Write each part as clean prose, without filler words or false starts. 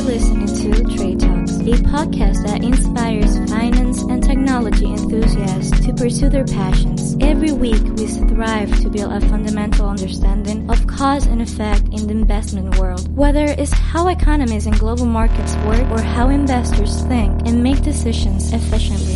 You're listening to Trade Talks, a podcast that inspires finance and technology enthusiasts to pursue their passions. Every week, we strive to build a fundamental understanding of cause and effect in the investment world, whether it's how economies and global markets work or how investors think and make decisions efficiently.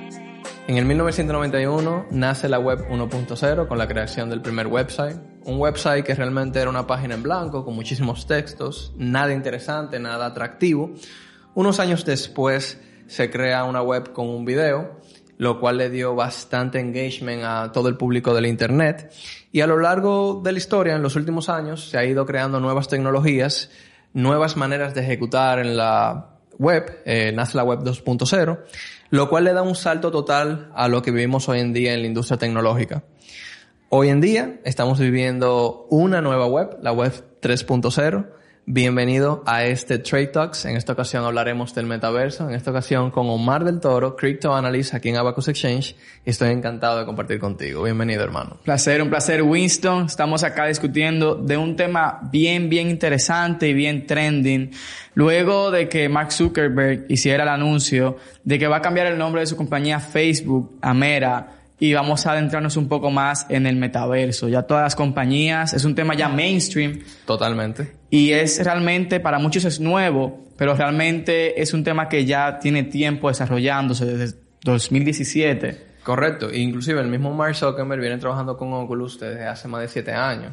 En el 1991 nace la web 1.0 con la creación del primer website. Un website que realmente era una página en blanco con muchísimos textos, nada interesante, nada atractivo. Unos años después se crea una web con un video, lo cual le dio bastante engagement a todo el público del internet. Y a lo largo de la historia, en los últimos años, se ha ido creando nuevas tecnologías, nuevas maneras de ejecutar en la web. Nace la web 2.0, lo cual le da un salto total a lo que vivimos hoy en día en la industria tecnológica. Hoy en día estamos viviendo una nueva web, la web 3.0. Bienvenido a este Trade Talks. En esta ocasión hablaremos del metaverso. En esta ocasión con Omar del Toro, Crypto Analyst aquí en Abacus Exchange. Y estoy encantado de compartir contigo. Bienvenido, hermano. Un placer, Winston. Estamos acá discutiendo de un tema bien interesante y bien trending. Luego de que Mark Zuckerberg hiciera el anuncio de que va a cambiar el nombre de su compañía Facebook a Meta, y vamos a adentrarnos un poco más en el metaverso. Ya todas las compañías, es un tema ya mainstream. Totalmente. Y es realmente, para muchos es nuevo, pero realmente es un tema que ya tiene tiempo desarrollándose desde 2017. Correcto. Inclusive el mismo Mark Zuckerberg viene trabajando con Oculus desde hace más de 7 años.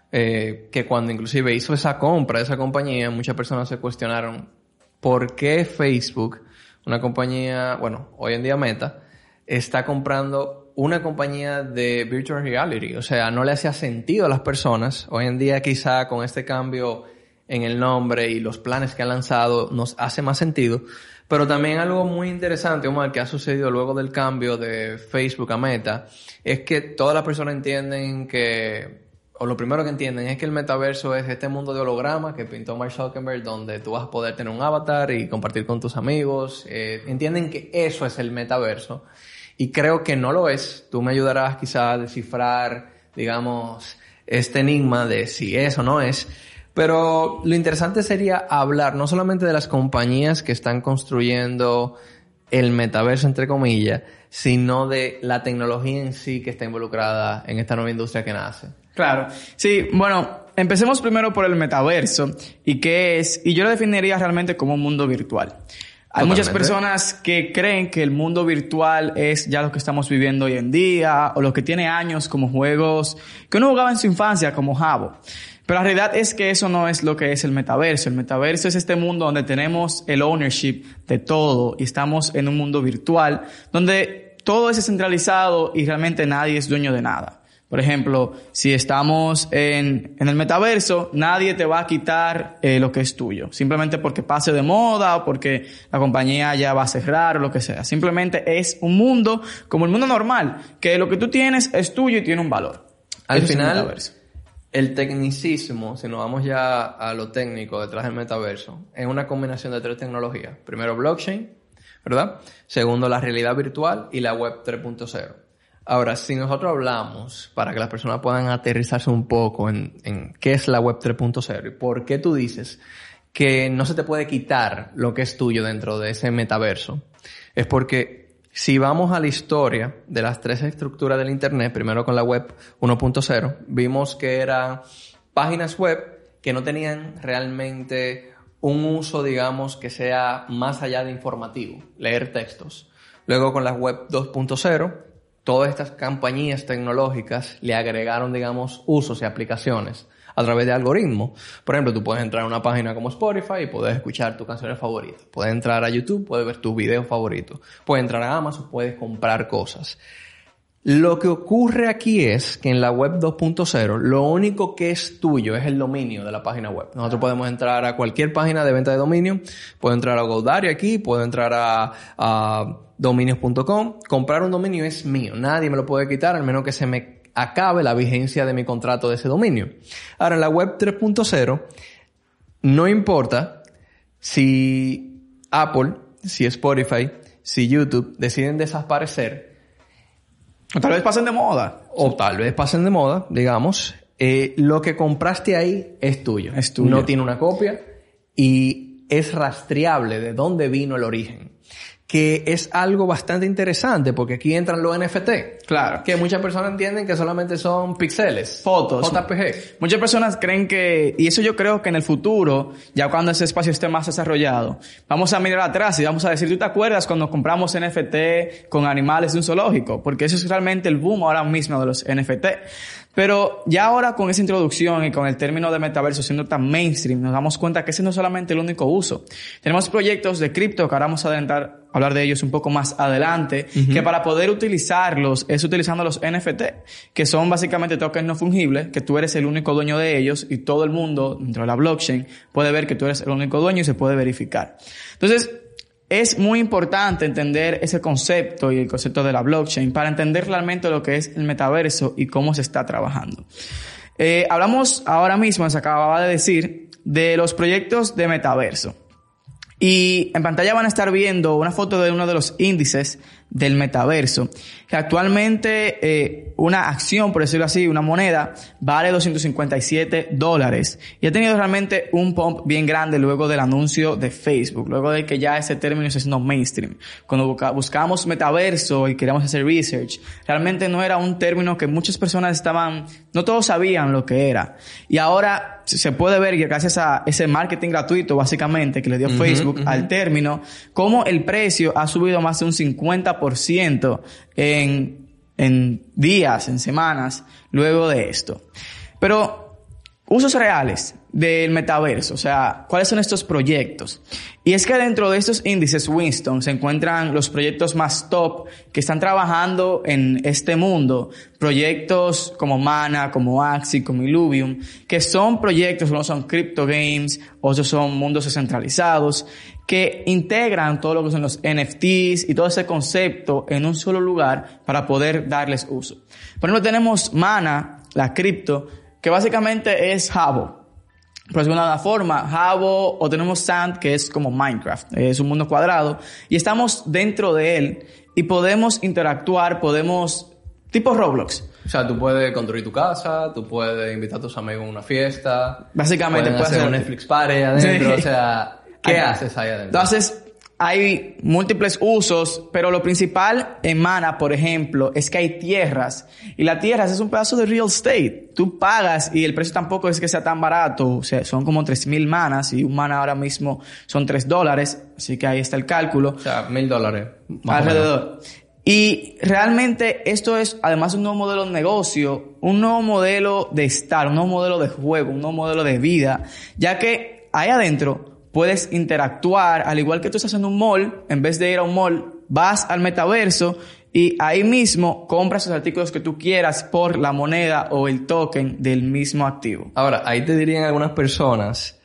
Que cuando inclusive hizo esa compra de esa compañía, muchas personas se cuestionaron por qué Facebook, una compañía, bueno, hoy en día Meta, está comprando una compañía de virtual reality. O sea, no le hacía sentido a las personas. Hoy en día quizá con este cambio en el nombre y los planes que han lanzado nos hace más sentido. Pero también algo muy interesante, Omar, que ha sucedido luego del cambio de Facebook a Meta, es que todas las personas entienden que, o lo primero que entienden es que el metaverso es este mundo de holograma que pintó Mark Zuckerberg, donde tú vas a poder tener un avatar y compartir con tus amigos. Entienden que eso es el metaverso. Y creo que no lo es. Tú me ayudarás quizá a descifrar, digamos, este enigma de si es o no es. Pero lo interesante sería hablar no solamente de las compañías que están construyendo el metaverso, entre comillas, sino de la tecnología en sí que está involucrada en esta nueva industria que nace. Claro. Sí, bueno, empecemos primero por el metaverso. ¿Y qué es? Y yo lo definiría realmente como un mundo virtual. Hay muchas personas que creen que el mundo virtual es ya lo que estamos viviendo hoy en día, o lo que tiene años como juegos que uno jugaba en su infancia como Habbo. Pero la realidad es que eso no es lo que es el metaverso. El metaverso es este mundo donde tenemos el ownership de todo y estamos en un mundo virtual donde todo es descentralizado y realmente nadie es dueño de nada. Por ejemplo, si estamos en el metaverso, nadie te va a quitar lo que es tuyo. Simplemente porque pase de moda o porque la compañía ya va a cerrar o lo que sea. Simplemente es un mundo como el mundo normal, que lo que tú tienes es tuyo y tiene un valor. Al final, el tecnicismo, si nos vamos ya a lo técnico detrás del metaverso, es una combinación de 3 tecnologías. Primero, blockchain, ¿verdad? Segundo, la realidad virtual y la web 3.0. Ahora, si nosotros hablamos, para que las personas puedan aterrizarse un poco en qué es la web 3.0 y por qué tú dices que no se te puede quitar lo que es tuyo dentro de ese metaverso, es porque si vamos a la historia de las 3 estructuras del Internet, primero con la web 1.0, vimos que eran páginas web que no tenían realmente un uso, digamos, que sea más allá de informativo, leer textos. Luego con la web 2.0, todas estas compañías tecnológicas le agregaron, digamos, usos y aplicaciones a través de algoritmos. Por ejemplo, tú puedes entrar a una página como Spotify y puedes escuchar tus canciones favoritas. Puedes entrar a YouTube, puedes ver tus videos favoritos. Puedes entrar a Amazon, puedes comprar cosas. Lo que ocurre aquí es que en la web 2.0 lo único que es tuyo es el dominio de la página web. Nosotros podemos entrar a cualquier página de venta de dominio. Puedo entrar a GoDaddy aquí, puedo entrar a dominios.com. Comprar un dominio es mío. Nadie me lo puede quitar al menos que se me acabe la vigencia de mi contrato de ese dominio. Ahora, en la web 3.0 no importa si Apple, si Spotify, si YouTube deciden desaparecer. O tal vez pasen de moda. O tal vez pasen de moda, digamos. Lo que compraste ahí es tuyo. Es tuyo. No tiene una copia. Y es rastreable de dónde vino el origen. Que es algo bastante interesante porque aquí entran los NFT. Claro. Que muchas personas entienden que solamente son píxeles. Fotos. JPG. Muchas personas creen que, y eso yo creo que en el futuro, ya cuando ese espacio esté más desarrollado, vamos a mirar atrás y vamos a decir, ¿tú te acuerdas cuando compramos NFT con animales de un zoológico? Porque eso es realmente el boom ahora mismo de los NFT. Pero ya ahora con esa introducción y con el término de metaverso siendo tan mainstream, nos damos cuenta que ese no es solamente el único uso. Tenemos proyectos de cripto que ahora vamos a hablar de ellos un poco más adelante, que para poder utilizarlos es utilizando los NFT, que son básicamente tokens no fungibles, que tú eres el único dueño de ellos y todo el mundo dentro de la blockchain puede ver que tú eres el único dueño y se puede verificar. Entonces, es muy importante entender ese concepto y el concepto de la blockchain para entender realmente lo que es el metaverso y cómo se está trabajando. Hablamos ahora mismo, se acababa de decir, de los proyectos de metaverso. Y en pantalla van a estar viendo una foto de uno de los índices del metaverso, que actualmente una acción, por decirlo así, una moneda, vale $257 y ha tenido realmente un pump bien grande luego del anuncio de Facebook, luego de que ya ese término se hizo mainstream. Cuando buscábamos metaverso y queríamos hacer research, realmente no era un término que muchas personas no todos sabían lo que era. Y ahora se puede ver que gracias a ese marketing gratuito, básicamente, que le dio Facebook al término, cómo el precio ha subido más de un 50% en días, en semanas, luego de esto. Pero, usos reales del metaverso, o sea, ¿cuáles son estos proyectos? Y es que dentro de estos índices Winston se encuentran los proyectos más top que están trabajando en este mundo. Proyectos como Mana, como Axie, como Illuvium, que son proyectos, unos son crypto games, otros son mundos descentralizados, que integran todo lo que son los NFTs y todo ese concepto en un solo lugar para poder darles uso. Por ejemplo, tenemos Mana, la cripto, que básicamente es Habbo. Por decirlo de una forma, Habbo, o tenemos Sand, que es como Minecraft, es un mundo cuadrado, y estamos dentro de él y podemos interactuar, tipo Roblox. O sea, tú puedes construir tu casa, tú puedes invitar a tus amigos a una fiesta. Básicamente puedes hacer un Netflix party adentro, sí. O sea, ¿qué haces ahí adentro? Entonces, hay múltiples usos, pero lo principal en Mana, por ejemplo, es que hay tierras. Y las tierras es un pedazo de real estate. Tú pagas y el precio tampoco es que sea tan barato. O sea, son como 3,000 manas y un mana ahora mismo son $3. Así que ahí está el cálculo. O sea, $1,000. Alrededor. Y realmente esto es, además de un nuevo modelo de negocio, un nuevo modelo de estar, un nuevo modelo de juego, un nuevo modelo de vida, ya que ahí adentro puedes interactuar, al igual que tú estás en un mall, en vez de ir a un mall, vas al metaverso y ahí mismo compras los artículos que tú quieras por la moneda o el token del mismo activo. Ahora, ahí te dirían algunas personas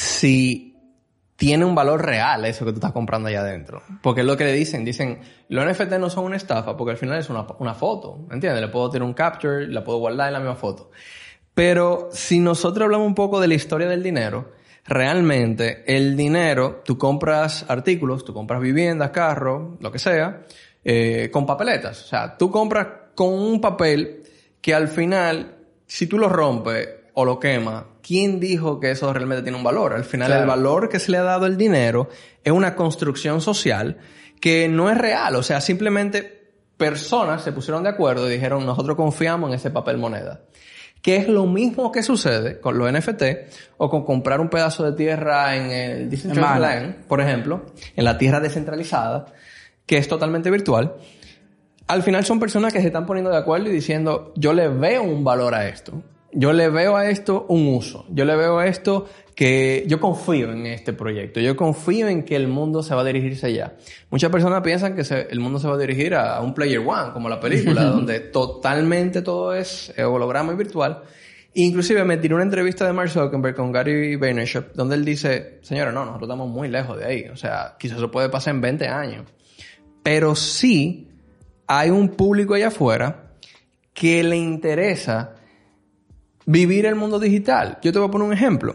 si tiene un valor real eso que tú estás comprando allá adentro. Porque es lo que le dicen, los NFT no son una estafa porque al final es una foto, ¿entiendes? Le puedo tirar un capture, la puedo guardar en la misma foto. Pero si nosotros hablamos un poco de la historia del dinero, realmente el dinero, tú compras artículos, tú compras viviendas, carros, lo que sea, con papeletas. O sea, tú compras con un papel que al final, si tú lo rompes o lo quemas, ¿quién dijo que eso realmente tiene un valor? Al final, claro, el valor que se le ha dado al dinero es una construcción social que no es real. O sea, simplemente personas se pusieron de acuerdo y dijeron, nosotros confiamos en ese papel moneda. Que es lo mismo que sucede con los NFT o con comprar un pedazo de tierra en el Decentraland Land, por ejemplo, en la tierra descentralizada, que es totalmente virtual. Al final son personas que se están poniendo de acuerdo y diciendo, yo le veo un valor a esto. Yo le veo a esto un uso. Yo le veo a esto que yo confío en este proyecto. Yo confío en que el mundo se va a dirigirse allá. Muchas personas piensan que el mundo se va a dirigir a un Player One, como la película, donde totalmente todo es holograma y virtual. Inclusive me tiré una entrevista de Mark Zuckerberg con Gary Vaynerchuk, donde él dice, señora, no, nosotros estamos muy lejos de ahí. O sea, quizás eso puede pasar en 20 años. Pero sí hay un público allá afuera que le interesa vivir el mundo digital. Yo te voy a poner un ejemplo.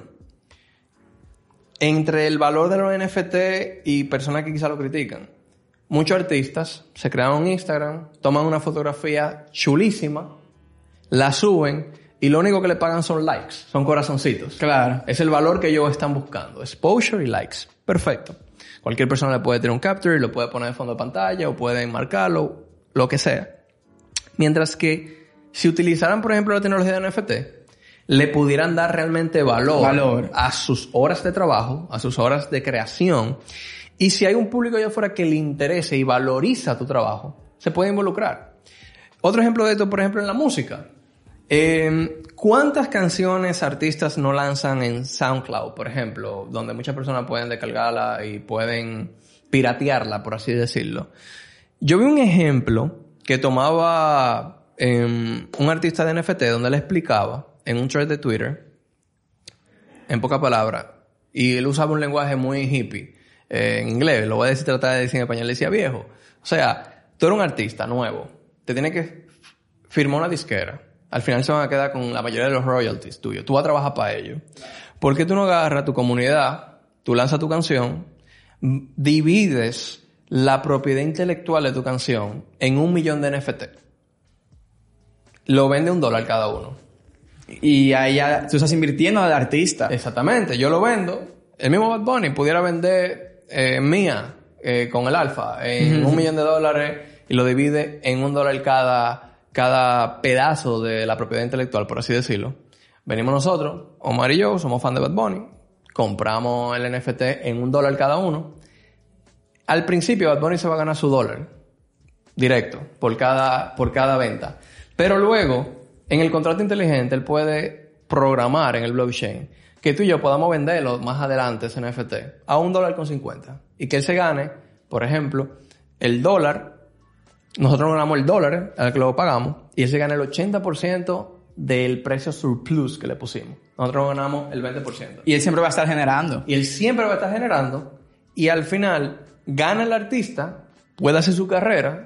Entre el valor de los NFT y personas que quizá lo critican, muchos artistas se crean un Instagram, toman una fotografía chulísima, la suben y lo único que le pagan son likes, son corazoncitos. Claro. Es el valor que ellos están buscando. Exposure y likes. Perfecto. Cualquier persona le puede tener un capture y lo puede poner de fondo de pantalla o puede enmarcarlo, lo que sea. Mientras que si utilizaran, por ejemplo, la tecnología de NFT, le pudieran dar realmente valor a sus horas de trabajo, a sus horas de creación. Y si hay un público allá afuera que le interese y valoriza tu trabajo, se puede involucrar. Otro ejemplo de esto, por ejemplo, en la música. ¿Cuántas canciones artistas no lanzan en SoundCloud, por ejemplo, donde muchas personas pueden descargarla y pueden piratearla, por así decirlo? Yo vi un ejemplo que tomaba un artista de NFT donde él explicaba en un thread de Twitter, en pocas palabras, y él usaba un lenguaje muy hippie, en inglés, lo voy a decir, tratar de decir en español, le decía viejo. O sea, tú eres un artista nuevo, te tienes que firmar una disquera. Al final se van a quedar con la mayoría de los royalties tuyos. Tú vas a trabajar para ellos. ¿Por qué tú no agarras tu comunidad, tú lanzas tu canción, divides la propiedad intelectual de tu canción en 1 millón de NFT? Lo vende $1 cada uno. Y ahí ya tú estás invirtiendo al artista. Exactamente. Yo lo vendo. El mismo Bad Bunny pudiera vender Mía con el Alfa en $1 millón y lo divide en $1 cada pedazo de la propiedad intelectual, por así decirlo. Venimos nosotros, Omar y yo, somos fan de Bad Bunny, compramos el NFT en $1 cada uno. Al principio Bad Bunny se va a ganar su $1 directo por cada venta. Pero luego, en el contrato inteligente, él puede programar en el blockchain que tú y yo podamos venderlo más adelante, ese NFT, a $1.50. Y que él se gane, por ejemplo, el $1. Nosotros ganamos el $1 al que lo pagamos y él se gana el 80% del precio surplus que le pusimos. Nosotros ganamos el 20%. Y él siempre va a estar generando. Y él siempre va a estar generando y al final gana el artista, puede hacer su carrera,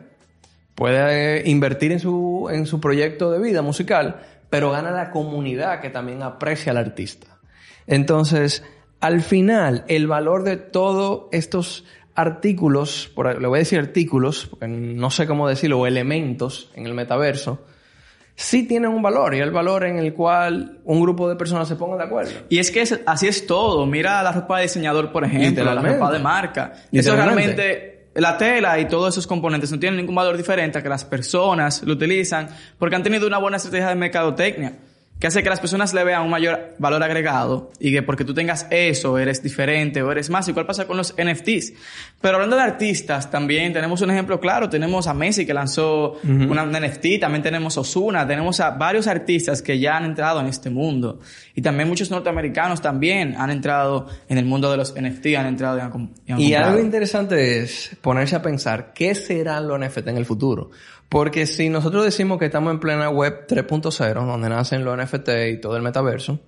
puede invertir en su proyecto de vida musical, pero gana la comunidad que también aprecia al artista. Entonces, al final, el valor de todos estos artículos, le voy a decir artículos, porque no sé cómo decirlo, o elementos en el metaverso, sí tienen un valor, y el valor en el cual un grupo de personas se pongan de acuerdo. Y es que así es todo. Mira la ropa de diseñador, por ejemplo, la ropa de marca. Eso realmente, la tela y todos esos componentes no tienen ningún valor diferente a que las personas lo utilizan porque han tenido una buena estrategia de mercadotecnia, que hace que las personas le vean un mayor valor agregado y que porque tú tengas eso eres diferente o eres más. Igual pasa con los NFTs. Pero hablando de artistas, también tenemos un ejemplo claro. Tenemos a Messi que lanzó un NFT, también tenemos a Ozuna, tenemos a varios artistas que ya han entrado en este mundo. Y también muchos norteamericanos también han entrado en el mundo de los NFT, han entrado y han comprado. Y algo interesante es ponerse a pensar qué serán los NFT en el futuro. Porque si nosotros decimos que estamos en plena web 3.0, donde nacen los NFT y todo el metaverso,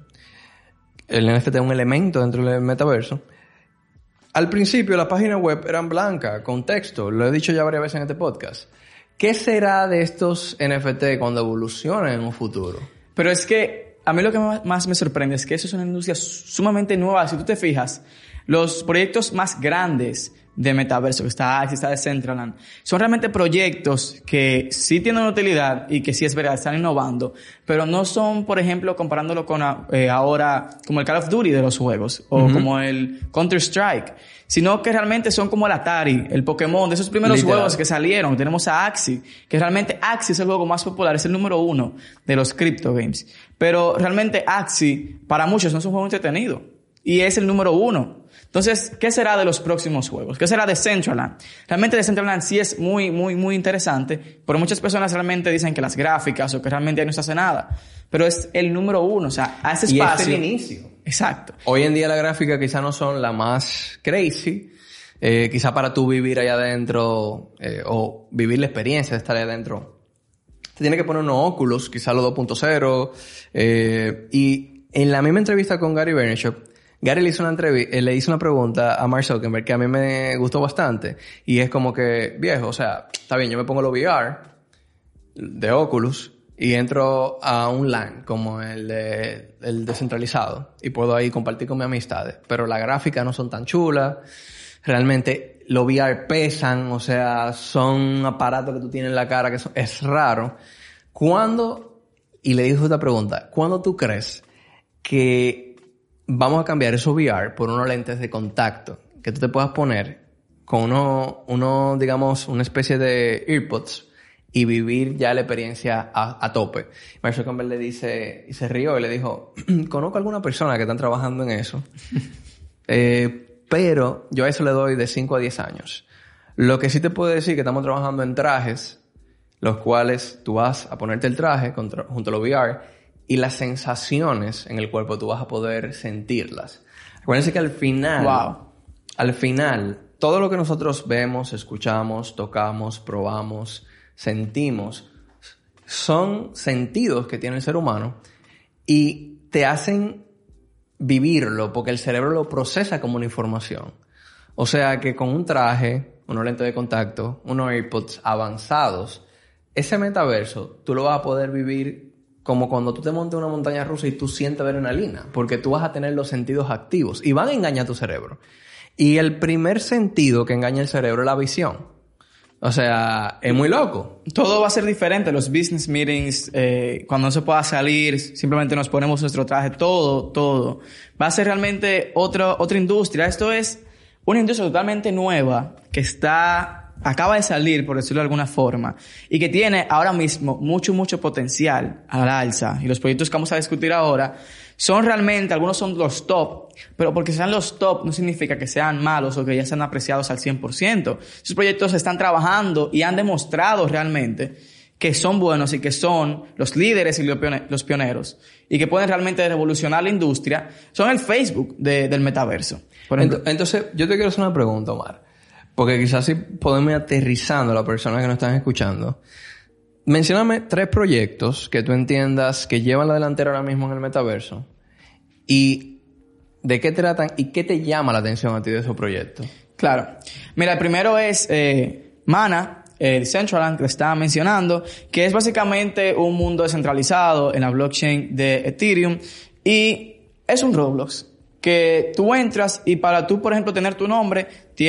el NFT es un elemento dentro del metaverso. Al principio las páginas web eran blancas, con texto, lo he dicho ya varias veces en este podcast. ¿Qué será de estos NFT cuando evolucionen en un futuro? Pero es que a mí lo que más me sorprende es que eso es una industria sumamente nueva. Si tú te fijas, los proyectos más grandes de metaverso, que está Axie, está Decentraland, son realmente proyectos que sí tienen utilidad y que sí es verdad, están innovando, pero no son, por ejemplo, comparándolo con ahora, como el Call of Duty de los juegos, o como el Counter-Strike, sino que realmente son como el Atari, el Pokémon, de esos primeros juegos que salieron. Tenemos a Axie, que realmente Axie es el juego más popular, es el número 1 de los crypto games. Pero realmente Axie, para muchos, no es un juego entretenido, y es el número 1. Entonces, ¿qué será de los próximos juegos? ¿Qué será de Decentraland? Realmente Decentraland sí es muy, muy, muy interesante, pero muchas personas realmente dicen que las gráficas o que realmente no se hace nada. Pero es el número 1, o sea, a ese espacio. Y es el inicio. Exacto. Hoy en día la gráfica quizá no son la más crazy, quizá para tú vivir allá adentro, o vivir la experiencia de estar allá adentro. Te tiene que poner unos óculos, quizá los 2.0, y en la misma entrevista con Gary Vaynerchuk, Gary le hizo una pregunta a Mark Zuckerberg que a mí me gustó bastante. Y es como que, viejo, o sea, está bien, yo me pongo los VR de Oculus y entro a un LAN como el descentralizado y puedo ahí compartir con mis amistades. Pero las gráficas no son tan chulas. Realmente los VR pesan, o sea, son aparatos que tú tienes en la cara que es raro. ¿Cuándo y le dijo esta pregunta. ¿Cuándo tú crees que vamos a cambiar esos VR por unos lentes de contacto que tú te puedas poner con digamos, una especie de earpods y vivir ya la experiencia a tope? Mark Zuckerberg le dice, y se rió y le dijo, conozco a alguna persona que están trabajando en eso, pero yo a eso le doy de 5 a 10 años. Lo que sí te puedo decir que estamos trabajando en trajes, los cuales tú vas a ponerte el traje junto a los VR y las sensaciones en el cuerpo tú vas a poder sentirlas. Acuérdense que al final, todo lo que nosotros vemos, escuchamos, tocamos, probamos, sentimos, son sentidos que tiene el ser humano y te hacen vivirlo porque el cerebro lo procesa como una información. O sea que con un traje, unos lentes de contacto, unos AirPods avanzados, ese metaverso tú lo vas a poder vivir como cuando tú te montas en una montaña rusa y tú sientes adrenalina, porque tú vas a tener los sentidos activos y van a engañar tu cerebro. Y el primer sentido que engaña el cerebro es la visión. O sea, es muy loco. Todo va a ser diferente. Los business meetings, cuando no se pueda salir, simplemente nos ponemos nuestro traje, todo. Va a ser realmente otra industria. Esto es una industria totalmente nueva que acaba de salir, por decirlo de alguna forma, y que tiene ahora mismo mucho potencial al alza. Y los proyectos que vamos a discutir ahora son realmente, algunos son los top, pero porque sean los top no significa que sean malos o que ya sean apreciados al 100%. Esos proyectos están trabajando y han demostrado realmente que son buenos y que son los líderes y los pioneros y que pueden realmente revolucionar la industria. Son el Facebook del metaverso. Entonces, yo te quiero hacer una pregunta, Omar. Porque quizás si podemos ir aterrizando a las personas que nos están escuchando. Mencióname 3 proyectos que tú entiendas que llevan la delantera ahora mismo en el metaverso. Y de qué tratan y qué te llama la atención a ti de esos proyectos. Claro. Mira, el primero es Mana, Decentraland, que estaba mencionando, que es básicamente un mundo descentralizado en la blockchain de Ethereum. Y es un Roblox. Que tú entras y para tú, por ejemplo, tener tu nombre,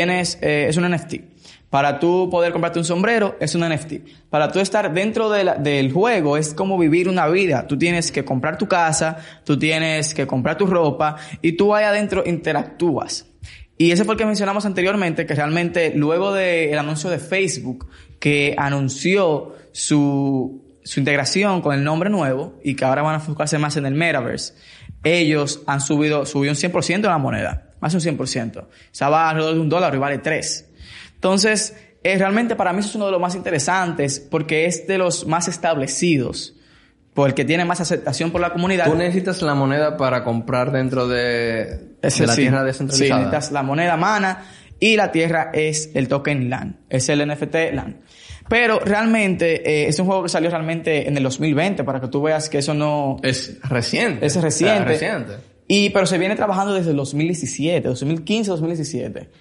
es un NFT. Para tú poder comprarte un sombrero, es un NFT. Para tú estar dentro del juego, es como vivir una vida. Tú tienes que comprar tu casa, tú tienes que comprar tu ropa, y tú ahí adentro interactúas. Y ese fue el que mencionamos anteriormente, que realmente luego del anuncio de Facebook, que anunció su integración con el nombre nuevo, y que ahora van a enfocarse más en el Metaverse, ellos han subió un 100% la moneda, más de un 100%. Estaba alrededor de $1 y vale $3. Entonces, realmente para mí eso es uno de los más interesantes porque es de los más establecidos, porque tiene más aceptación por la comunidad. ¿Tú necesitas la moneda para comprar dentro de la tierra descentralizada? Sí, necesitas la moneda Mana y la tierra es el token LAN, es el NFT LAN. Pero realmente es un juego que salió realmente en el 2020 para que tú veas que eso no... Es reciente. Es reciente. Reciente. Pero se viene trabajando desde el 2017, 2015.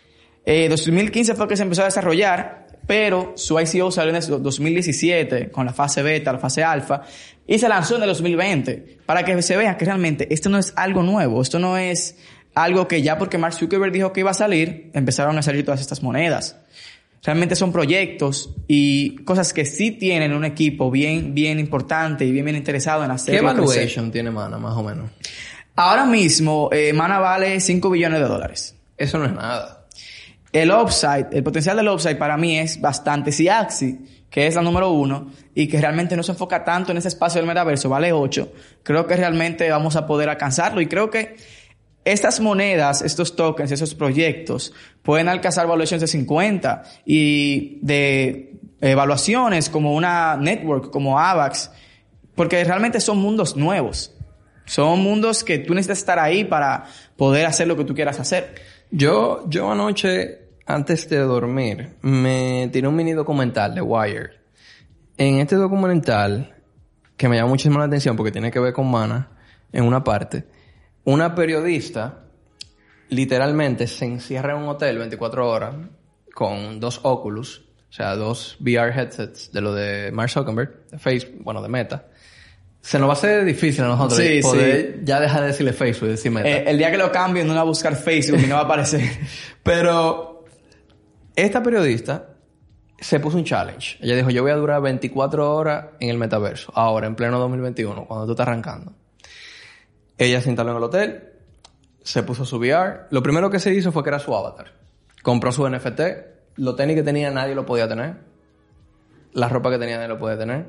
2015 fue que se empezó a desarrollar, pero su ICO salió en el 2017 con la fase beta, la fase alfa, y se lanzó en el 2020 para que se vea que realmente esto no es algo nuevo, esto no es algo que ya porque Mark Zuckerberg dijo que iba a salir, empezaron a salir todas estas monedas. Realmente son proyectos y cosas que sí tienen un equipo bien importante y bien interesado en hacer. ¿Qué valuation tiene Mana, más o menos? Ahora mismo, Mana vale $5 billones. Eso no es nada. El potencial del upside para mí es bastante. Si Axie, que es la número 1, y que realmente no se enfoca tanto en ese espacio del metaverso, vale 8, creo que realmente vamos a poder alcanzarlo. Y creo que estas monedas, estos tokens, esos proyectos, pueden alcanzar valuaciones de 50 y de evaluaciones como una network, como AVAX, porque realmente son mundos nuevos. Son mundos que tú necesitas estar ahí para poder hacer lo que tú quieras hacer. Yo anoche, antes de dormir, me tiré un mini documental de Wired. En este documental, que me llama muchísimo la atención porque tiene que ver con Mana, en una parte, una periodista literalmente se encierra en un hotel 24 horas con 2 Oculus, o sea, 2 VR headsets de lo de Mark Zuckerberg, de Facebook, bueno, de Meta. Se nos va a hacer difícil a nosotros poder ya dejar de decirle Facebook y decir Meta. El día que lo cambien no va a buscar Facebook y no va a aparecer. Pero esta periodista se puso un challenge. Ella dijo, yo voy a durar 24 horas en el metaverso, ahora, en pleno 2021, cuando tú estás arrancando. Ella se instaló en el hotel, se puso su VR. Lo primero que se hizo fue crear su avatar. Compró su NFT. Los tenis que tenía nadie lo podía tener. La ropa que tenía nadie lo podía tener.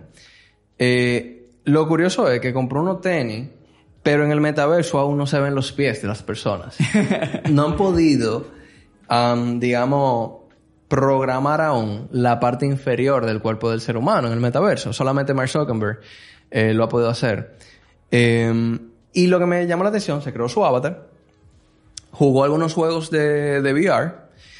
Lo curioso es que compró unos tenis, pero en el metaverso aún no se ven los pies de las personas. No han podido, digamos, programar aún la parte inferior del cuerpo del ser humano en el metaverso. Solamente Mark Zuckerberg lo ha podido hacer. Y lo que me llamó la atención, se creó su avatar, jugó algunos juegos de VR,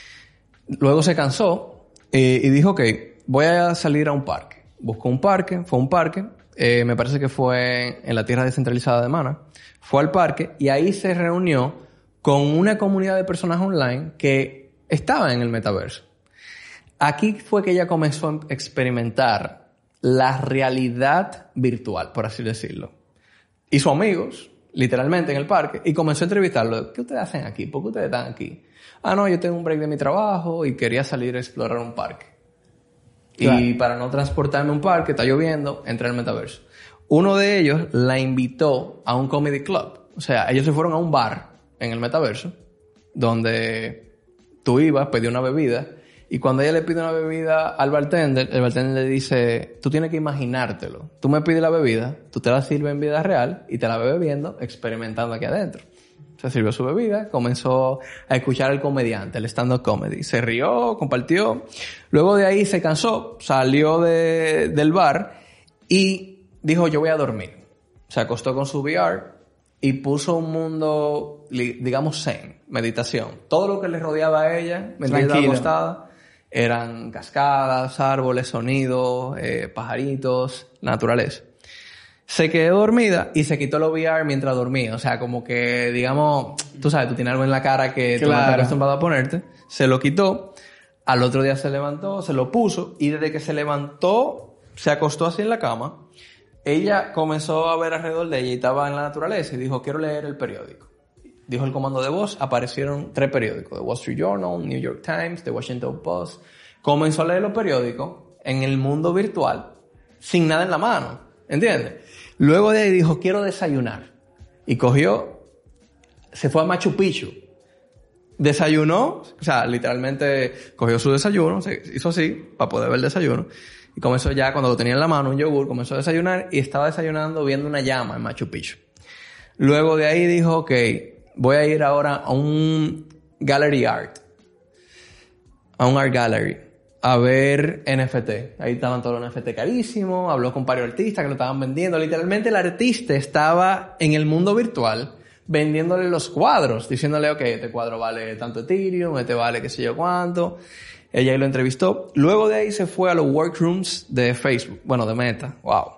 luego se cansó y dijo, ok, voy a salir a un parque. Buscó un parque, fue a un parque, me parece que fue en la tierra descentralizada de Mana. Fue al parque y ahí se reunió con una comunidad de personas online que estaban en el metaverso. Aquí fue que ella comenzó a experimentar la realidad virtual, por así decirlo. Hizo amigos, literalmente, en el parque, y comenzó a entrevistarlo. ¿Qué ustedes hacen aquí? ¿Por qué ustedes están aquí? Ah, no, yo tengo un break de mi trabajo y quería salir a explorar un parque. Claro. Y para no transportarme a un parque, está lloviendo, entré al metaverso. Uno de ellos la invitó a un comedy club. O sea, ellos se fueron a un bar en el metaverso, donde tú ibas, pedías una bebida, y cuando ella le pide una bebida al bartender, el bartender le dice, tú tienes que imaginártelo. Tú me pides la bebida, tú te la sirves en vida real y te la ves bebiendo, experimentando aquí adentro. Se sirvió su bebida, comenzó a escuchar al comediante, el stand-up comedy. Se rió, compartió. Luego de ahí se cansó, salió del bar y dijo, yo voy a dormir. Se acostó con su VR y puso un mundo, digamos, zen, meditación. Todo lo que le rodeaba a ella, mientras estaba acostada, eran cascadas, árboles, sonidos, pajaritos, naturaleza. Se quedó dormida y se quitó el VR mientras dormía. O sea, como que, digamos, tú sabes, tú tienes algo en la cara que tú no estás acostumbrado a ponerte. Se lo quitó. Al otro día se levantó, se lo puso. Y desde que se levantó, se acostó así en la cama. Ella comenzó a ver alrededor de ella y estaba en la naturaleza. Y dijo, quiero leer el periódico. Dijo el comando de voz. Aparecieron 3 periódicos. The Wall Street Journal, New York Times, The Washington Post. Comenzó a leer los periódicos en el mundo virtual sin nada en la mano. ¿Entiendes? Luego de ahí dijo, quiero desayunar. Y se fue a Machu Picchu. Desayunó, o sea, literalmente cogió su desayuno, se hizo así, para poder ver el desayuno. Y comenzó ya, cuando lo tenía en la mano, un yogur, comenzó a desayunar y estaba desayunando viendo una llama en Machu Picchu. Luego de ahí dijo, ok, voy a ir ahora a un gallery art. A un art gallery. A ver NFT. Ahí estaban todos los NFT carísimos. Habló con varios artistas que lo estaban vendiendo. Literalmente el artista estaba en el mundo virtual vendiéndole los cuadros. Diciéndole, ok, este cuadro vale tanto Ethereum, este vale qué sé yo cuánto. Ella ahí lo entrevistó. Luego de ahí se fue a los workrooms de Facebook. Bueno, de Meta. Wow.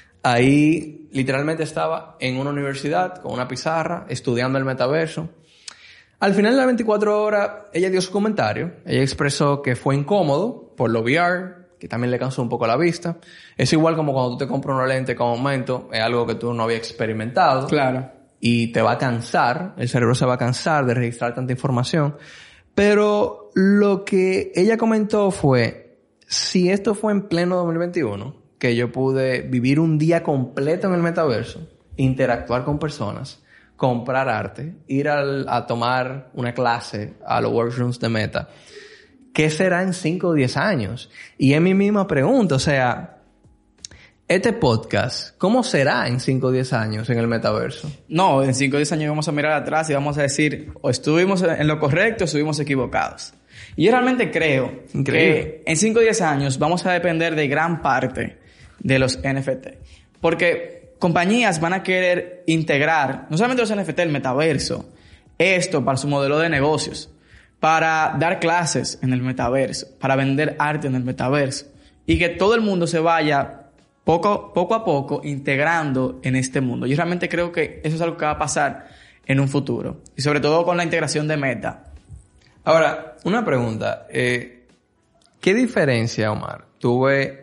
Ahí literalmente estaba en una universidad con una pizarra estudiando el metaverso. Al final de las 24 horas, ella dio su comentario. Ella expresó que fue incómodo por lo VR, que también le cansó un poco la vista. Es igual como cuando tú te compras una lente con aumento, es algo que tú no habías experimentado. Claro. Y te va a cansar, el cerebro se va a cansar de registrar tanta información. Pero lo que ella comentó fue, si esto fue en pleno 2021, que yo pude vivir un día completo en el metaverso, interactuar con personas, comprar arte, ir a tomar una clase a los workrooms de Meta, ¿qué será en 5 o 10 años? Y es mi misma pregunta, o sea, este podcast, ¿cómo será en 5 o 10 años en el metaverso? No, en 5 o 10 años vamos a mirar atrás y vamos a decir, o estuvimos en lo correcto o estuvimos equivocados. Y yo realmente creo que en 5 o 10 años vamos a depender de gran parte de los NFT. Porque compañías van a querer integrar, no solamente los NFT, el metaverso, esto para su modelo de negocios, para dar clases en el metaverso, para vender arte en el metaverso, y que todo el mundo se vaya poco a poco integrando en este mundo. Yo realmente creo que eso es algo que va a pasar en un futuro, y sobre todo con la integración de Meta. Ahora, una pregunta. ¿Qué diferencia, Omar, tú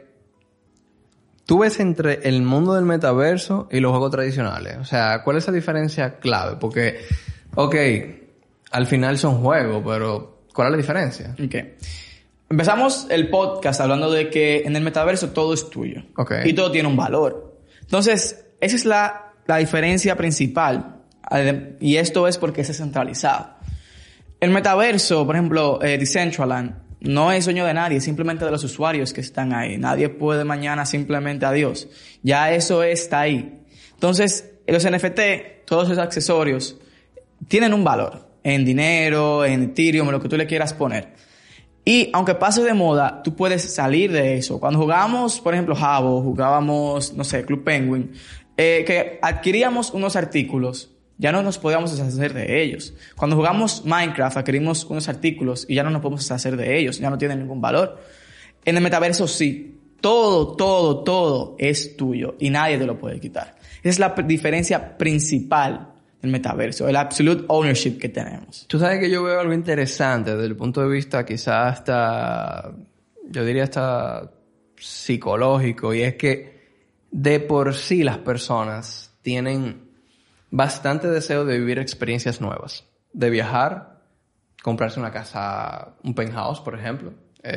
ves entre el mundo del metaverso y los juegos tradicionales? O sea, ¿cuál es esa diferencia clave? Porque, ok, al final son juegos, pero ¿cuál es la diferencia? Okay. empezamos el podcast hablando de que en el metaverso todo es tuyo. Okay. Y todo tiene un valor. Entonces, esa es la diferencia principal. Y esto es porque es descentralizado. El metaverso, por ejemplo, Decentraland, no es dueño de nadie, simplemente de los usuarios que están ahí. Nadie puede mañana simplemente adiós. Ya eso está ahí. Entonces, los NFT, todos esos accesorios, tienen un valor en dinero, en Ethereum, en lo que tú le quieras poner. Y aunque pase de moda, tú puedes salir de eso. Cuando jugábamos, por ejemplo, Habbo, jugábamos, no sé, Club Penguin, que adquiríamos unos artículos, ya no nos podíamos deshacer de ellos. Cuando jugamos Minecraft, adquirimos unos artículos y ya no nos podemos deshacer de ellos, ya no tienen ningún valor. En el metaverso sí, todo es tuyo y nadie te lo puede quitar. Esa es la diferencia principal del metaverso, el absolute ownership que tenemos. Tú sabes que yo veo algo interesante desde el punto de vista quizás hasta, yo diría hasta psicológico, y es que de por sí las personas tienen bastante deseo de vivir experiencias nuevas, de viajar, comprarse una casa, un penthouse, por ejemplo,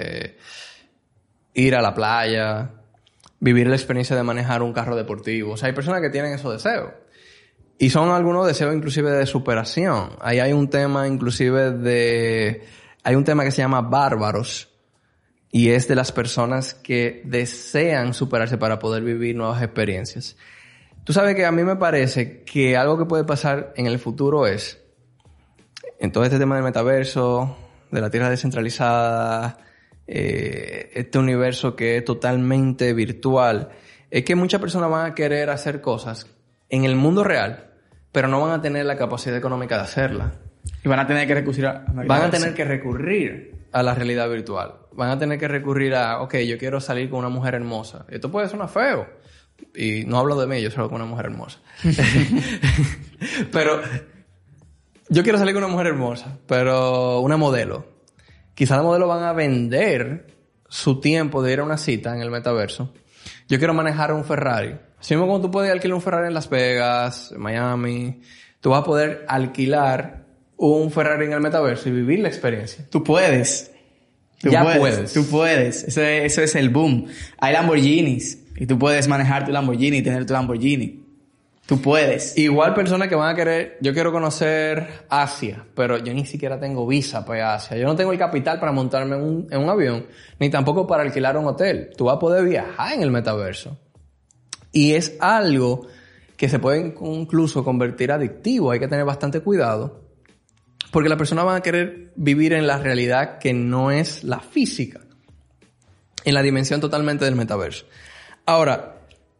ir a la playa, vivir la experiencia de manejar un carro deportivo. O sea, hay personas que tienen esos deseos. Y son algunos deseos inclusive de superación. Ahí hay un tema inclusive hay un tema que se llama bárbaros, y es de las personas que desean superarse para poder vivir nuevas experiencias. Tú sabes que a mí me parece que algo que puede pasar en el futuro es, en todo este tema del metaverso, de la tierra descentralizada, este universo que es totalmente virtual, es que muchas personas van a querer hacer cosas en el mundo real, pero no van a tener la capacidad económica de hacerla. Y van a tener que recurrir a la realidad virtual. Van a tener que recurrir a, ok, yo quiero salir con una mujer hermosa. Esto puede sonar feo. Y no hablo de mí, yo salgo con una mujer hermosa. Pero yo quiero salir con una mujer hermosa, pero una modelo. Quizá la modelo van a vender su tiempo de ir a una cita en el metaverso. Yo quiero manejar un Ferrari. Así mismo como tú puedes alquilar un Ferrari en Las Vegas, en Miami, tú vas a poder alquilar un Ferrari en el metaverso y vivir la experiencia. Tú puedes. Tú puedes. Eso es el boom. Hay Lamborghinis y tú puedes manejar tu Lamborghini y tener tu Lamborghini. Tú puedes. Igual personas que van a querer, yo quiero conocer Asia, pero yo ni siquiera tengo visa para ir a Asia. Yo no tengo el capital para montarme en un avión, ni tampoco para alquilar un hotel. Tú vas a poder viajar en el metaverso. Y es algo que se puede incluso convertir adictivo. Hay que tener bastante cuidado, porque las personas van a querer vivir en la realidad que no es la física, en la dimensión totalmente del metaverso. Ahora,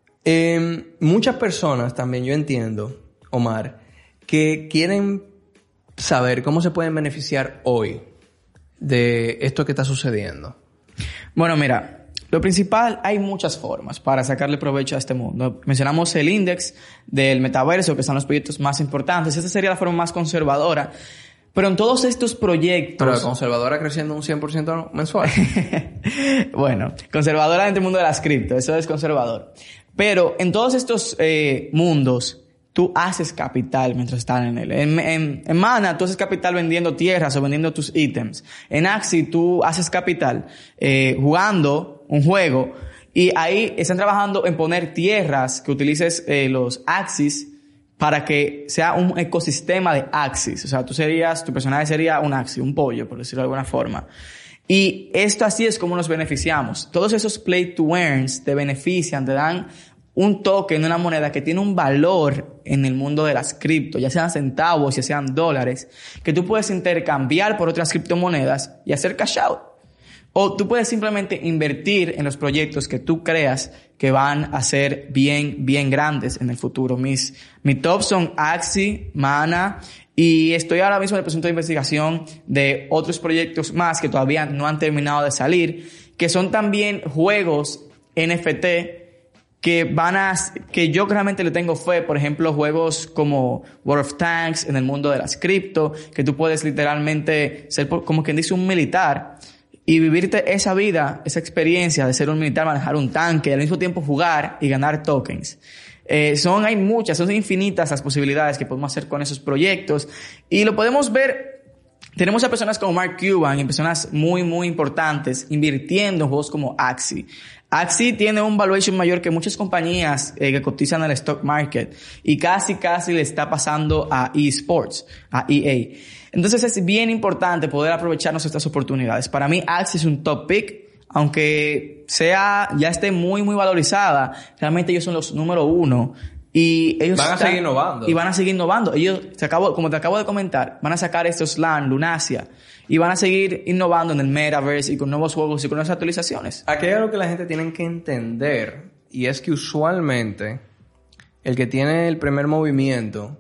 muchas personas también, yo entiendo, Omar, que quieren saber cómo se pueden beneficiar hoy de esto que está sucediendo. Bueno, mira, lo principal, hay muchas formas para sacarle provecho a este mundo. Mencionamos el index del metaverso, que son los proyectos más importantes. Esta sería la forma más conservadora. Pero en todos estos proyectos... Pero conservadora creciendo un 100% mensual. Bueno, conservadora dentro del mundo de las cripto, eso es conservador. Pero en todos estos mundos, tú haces capital mientras estás en él. En Mana, tú haces capital vendiendo tierras o vendiendo tus ítems. En Axie, tú haces capital jugando un juego. Y ahí están trabajando en poner tierras que utilices los Axies para que sea un ecosistema de Axies. O sea, tu personaje sería un Axie, un pollo, por decirlo de alguna forma. Y esto así es como nos beneficiamos. Todos esos play to earns te benefician, te dan un token, una moneda que tiene un valor en el mundo de las cripto, ya sean centavos, ya sean dólares, que tú puedes intercambiar por otras criptomonedas y hacer cash out. O tú puedes simplemente invertir en los proyectos que tú creas que van a ser bien grandes en el futuro. Mis tops son Axie, Mana, y estoy ahora mismo en el proceso de investigación de otros proyectos más que todavía no han terminado de salir, que son también juegos NFT que yo realmente le tengo fe. Por ejemplo, juegos como World of Tanks en el mundo de las cripto, que tú puedes literalmente ser como quien dice un militar y vivirte esa vida, esa experiencia de ser un militar, manejar un tanque y al mismo tiempo jugar y ganar tokens. Hay muchas, son infinitas las posibilidades que podemos hacer con esos proyectos y lo podemos ver tenemos a personas como Mark Cuban y personas muy, muy importantes invirtiendo en juegos como Axie. Axie tiene un valuation mayor que muchas compañías que cotizan en el stock market y casi le está pasando a eSports, a EA. Entonces es bien importante poder aprovecharnos de estas oportunidades. Para mí Axie es un top pick, aunque ya esté muy, muy valorizada. Realmente ellos son los número 1 y ellos van a seguir innovando. Y van a seguir innovando. Ellos, como te acabo de comentar, van a sacar estos LAN, Lunasia, y van a seguir innovando en el Metaverse y con nuevos juegos y con nuevas actualizaciones. Aquí hay algo que la gente tiene que entender, y es que usualmente el que tiene el primer movimiento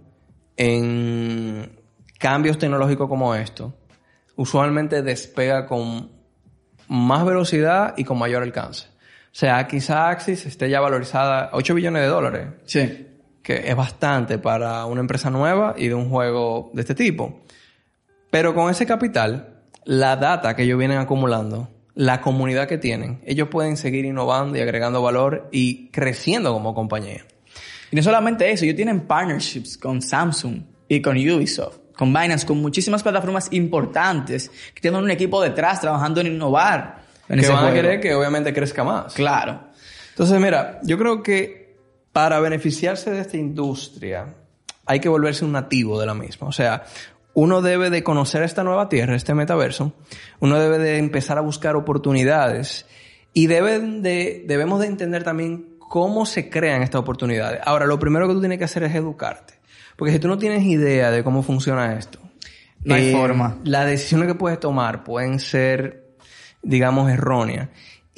en cambios tecnológicos como esto, usualmente despega con más velocidad y con mayor alcance. O sea, quizá Axis esté ya valorizada a $8 billones. Sí. Que es bastante para una empresa nueva y de un juego de este tipo. Pero con ese capital, la data que ellos vienen acumulando, la comunidad que tienen, ellos pueden seguir innovando y agregando valor y creciendo como compañía. Y no solamente eso, ellos tienen partnerships con Samsung y con Ubisoft, con Binance, con muchísimas plataformas importantes que tienen un equipo detrás trabajando en innovar en ese juego. Que van a querer que obviamente crezca más. Claro. Entonces, mira, yo creo que para beneficiarse de esta industria hay que volverse un nativo de la misma. O sea, uno debe de conocer esta nueva tierra, este metaverso. Uno debe de empezar a buscar oportunidades y debemos de entender también cómo se crean estas oportunidades. Ahora, lo primero que tú tienes que hacer es educarte. Porque si tú no tienes idea de cómo funciona esto, no hay forma. Las decisiones que puedes tomar pueden ser, digamos, erróneas.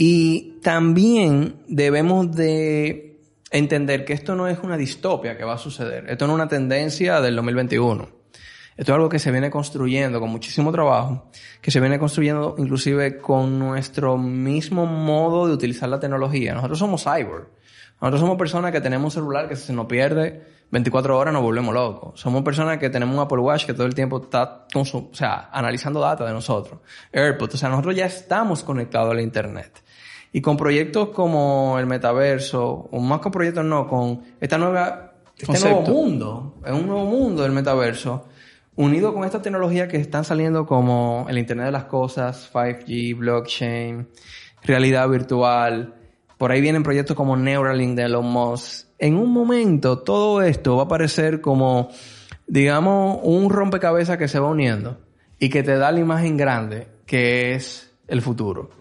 Y también debemos de entender que esto no es una distopia que va a suceder. Esto no es una tendencia del 2021. Esto es algo que se viene construyendo con muchísimo trabajo, que se viene construyendo inclusive con nuestro mismo modo de utilizar la tecnología. Nosotros somos cyborg. Nosotros somos personas que tenemos un celular que si se nos pierde 24 horas nos volvemos locos. Somos personas que tenemos un Apple Watch que todo el tiempo está analizando data de nosotros. AirPods. O sea, nosotros ya estamos conectados a la Internet. Y con proyectos como el metaverso, o más con proyectos no, con este nuevo mundo, es un nuevo mundo del metaverso, unido con estas tecnologías que están saliendo como el Internet de las Cosas, 5G, blockchain, realidad virtual. Por ahí vienen proyectos como Neuralink de Elon Musk. En un momento todo esto va a parecer como, digamos, un rompecabezas que se va uniendo y que te da la imagen grande que es el futuro.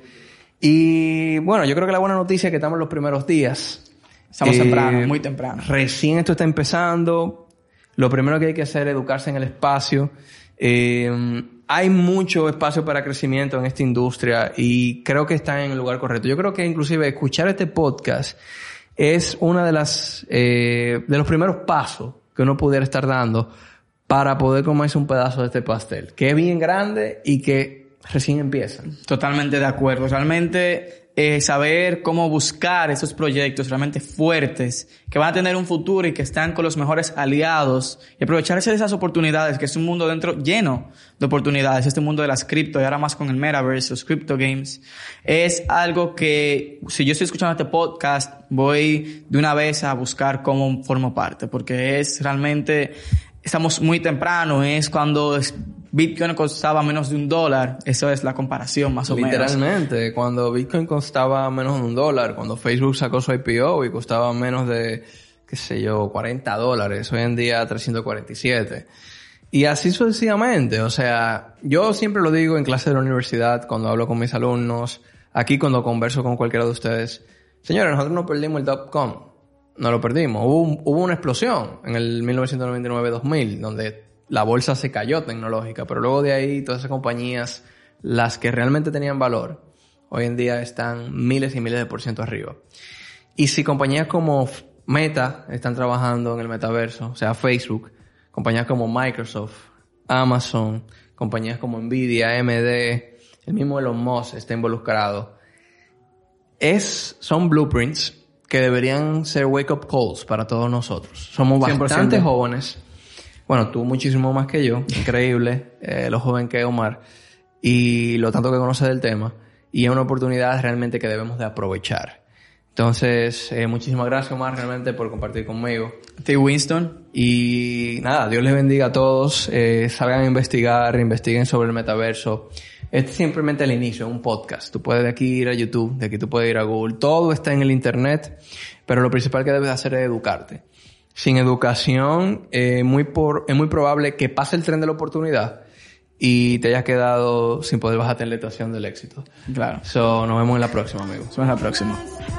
Y bueno, yo creo que la buena noticia es que estamos en los primeros días. Estamos temprano, muy temprano. Recién esto está empezando. Lo primero que hay que hacer es educarse en el espacio. Hay mucho espacio para crecimiento en esta industria y creo que está en el lugar correcto. Yo creo que inclusive escuchar este podcast es una de los primeros pasos que uno pudiera estar dando para poder comerse un pedazo de este pastel, que es bien grande y que recién empieza. Totalmente de acuerdo. Realmente saber cómo buscar esos proyectos realmente fuertes que van a tener un futuro y que están con los mejores aliados y aprovecharse de esas oportunidades, que es un mundo dentro lleno de oportunidades, este mundo de las cripto y ahora más con el metaverse, los crypto games, es algo que si yo estoy escuchando este podcast voy de una vez a buscar cómo formo parte, porque es realmente, estamos muy temprano, es cuando Bitcoin costaba menos de $1, eso es la comparación más o menos. Literalmente, cuando Bitcoin costaba menos de $1, cuando Facebook sacó su IPO y costaba menos de, $40, hoy en día 347. Y así sucesivamente, o sea, yo siempre lo digo en clase de la universidad, cuando hablo con mis alumnos, aquí cuando converso con cualquiera de ustedes, señores, nosotros no perdimos el .com, no lo perdimos, hubo una explosión en el 1999-2000, donde la bolsa se cayó tecnológica, pero luego de ahí todas esas compañías, las que realmente tenían valor, hoy en día están miles y miles de % arriba. Y si compañías como Meta están trabajando en el metaverso, o sea, Facebook, compañías como Microsoft, Amazon, compañías como Nvidia, AMD, el mismo Elon Musk está involucrado, son blueprints que deberían ser wake-up calls para todos nosotros. Somos bastante 100%. jóvenes. Bueno, tú muchísimo más que yo, increíble, lo joven que es Omar, y lo tanto que conoce del tema, y es una oportunidad realmente que debemos de aprovechar. Entonces, muchísimas gracias, Omar, realmente por compartir conmigo. T. Winston. Y nada, Dios les bendiga a todos. Salgan a investigar, investiguen sobre el metaverso. Este es simplemente el inicio, es un podcast. Tú puedes de aquí ir a YouTube, de aquí tú puedes ir a Google. Todo está en el Internet, pero lo principal que debes hacer es educarte. Sin educación, es muy probable que pase el tren de la oportunidad y te hayas quedado sin poder bajarte en la estación del éxito. Claro. Nos vemos en la próxima, amigos. Nos vemos en la próxima.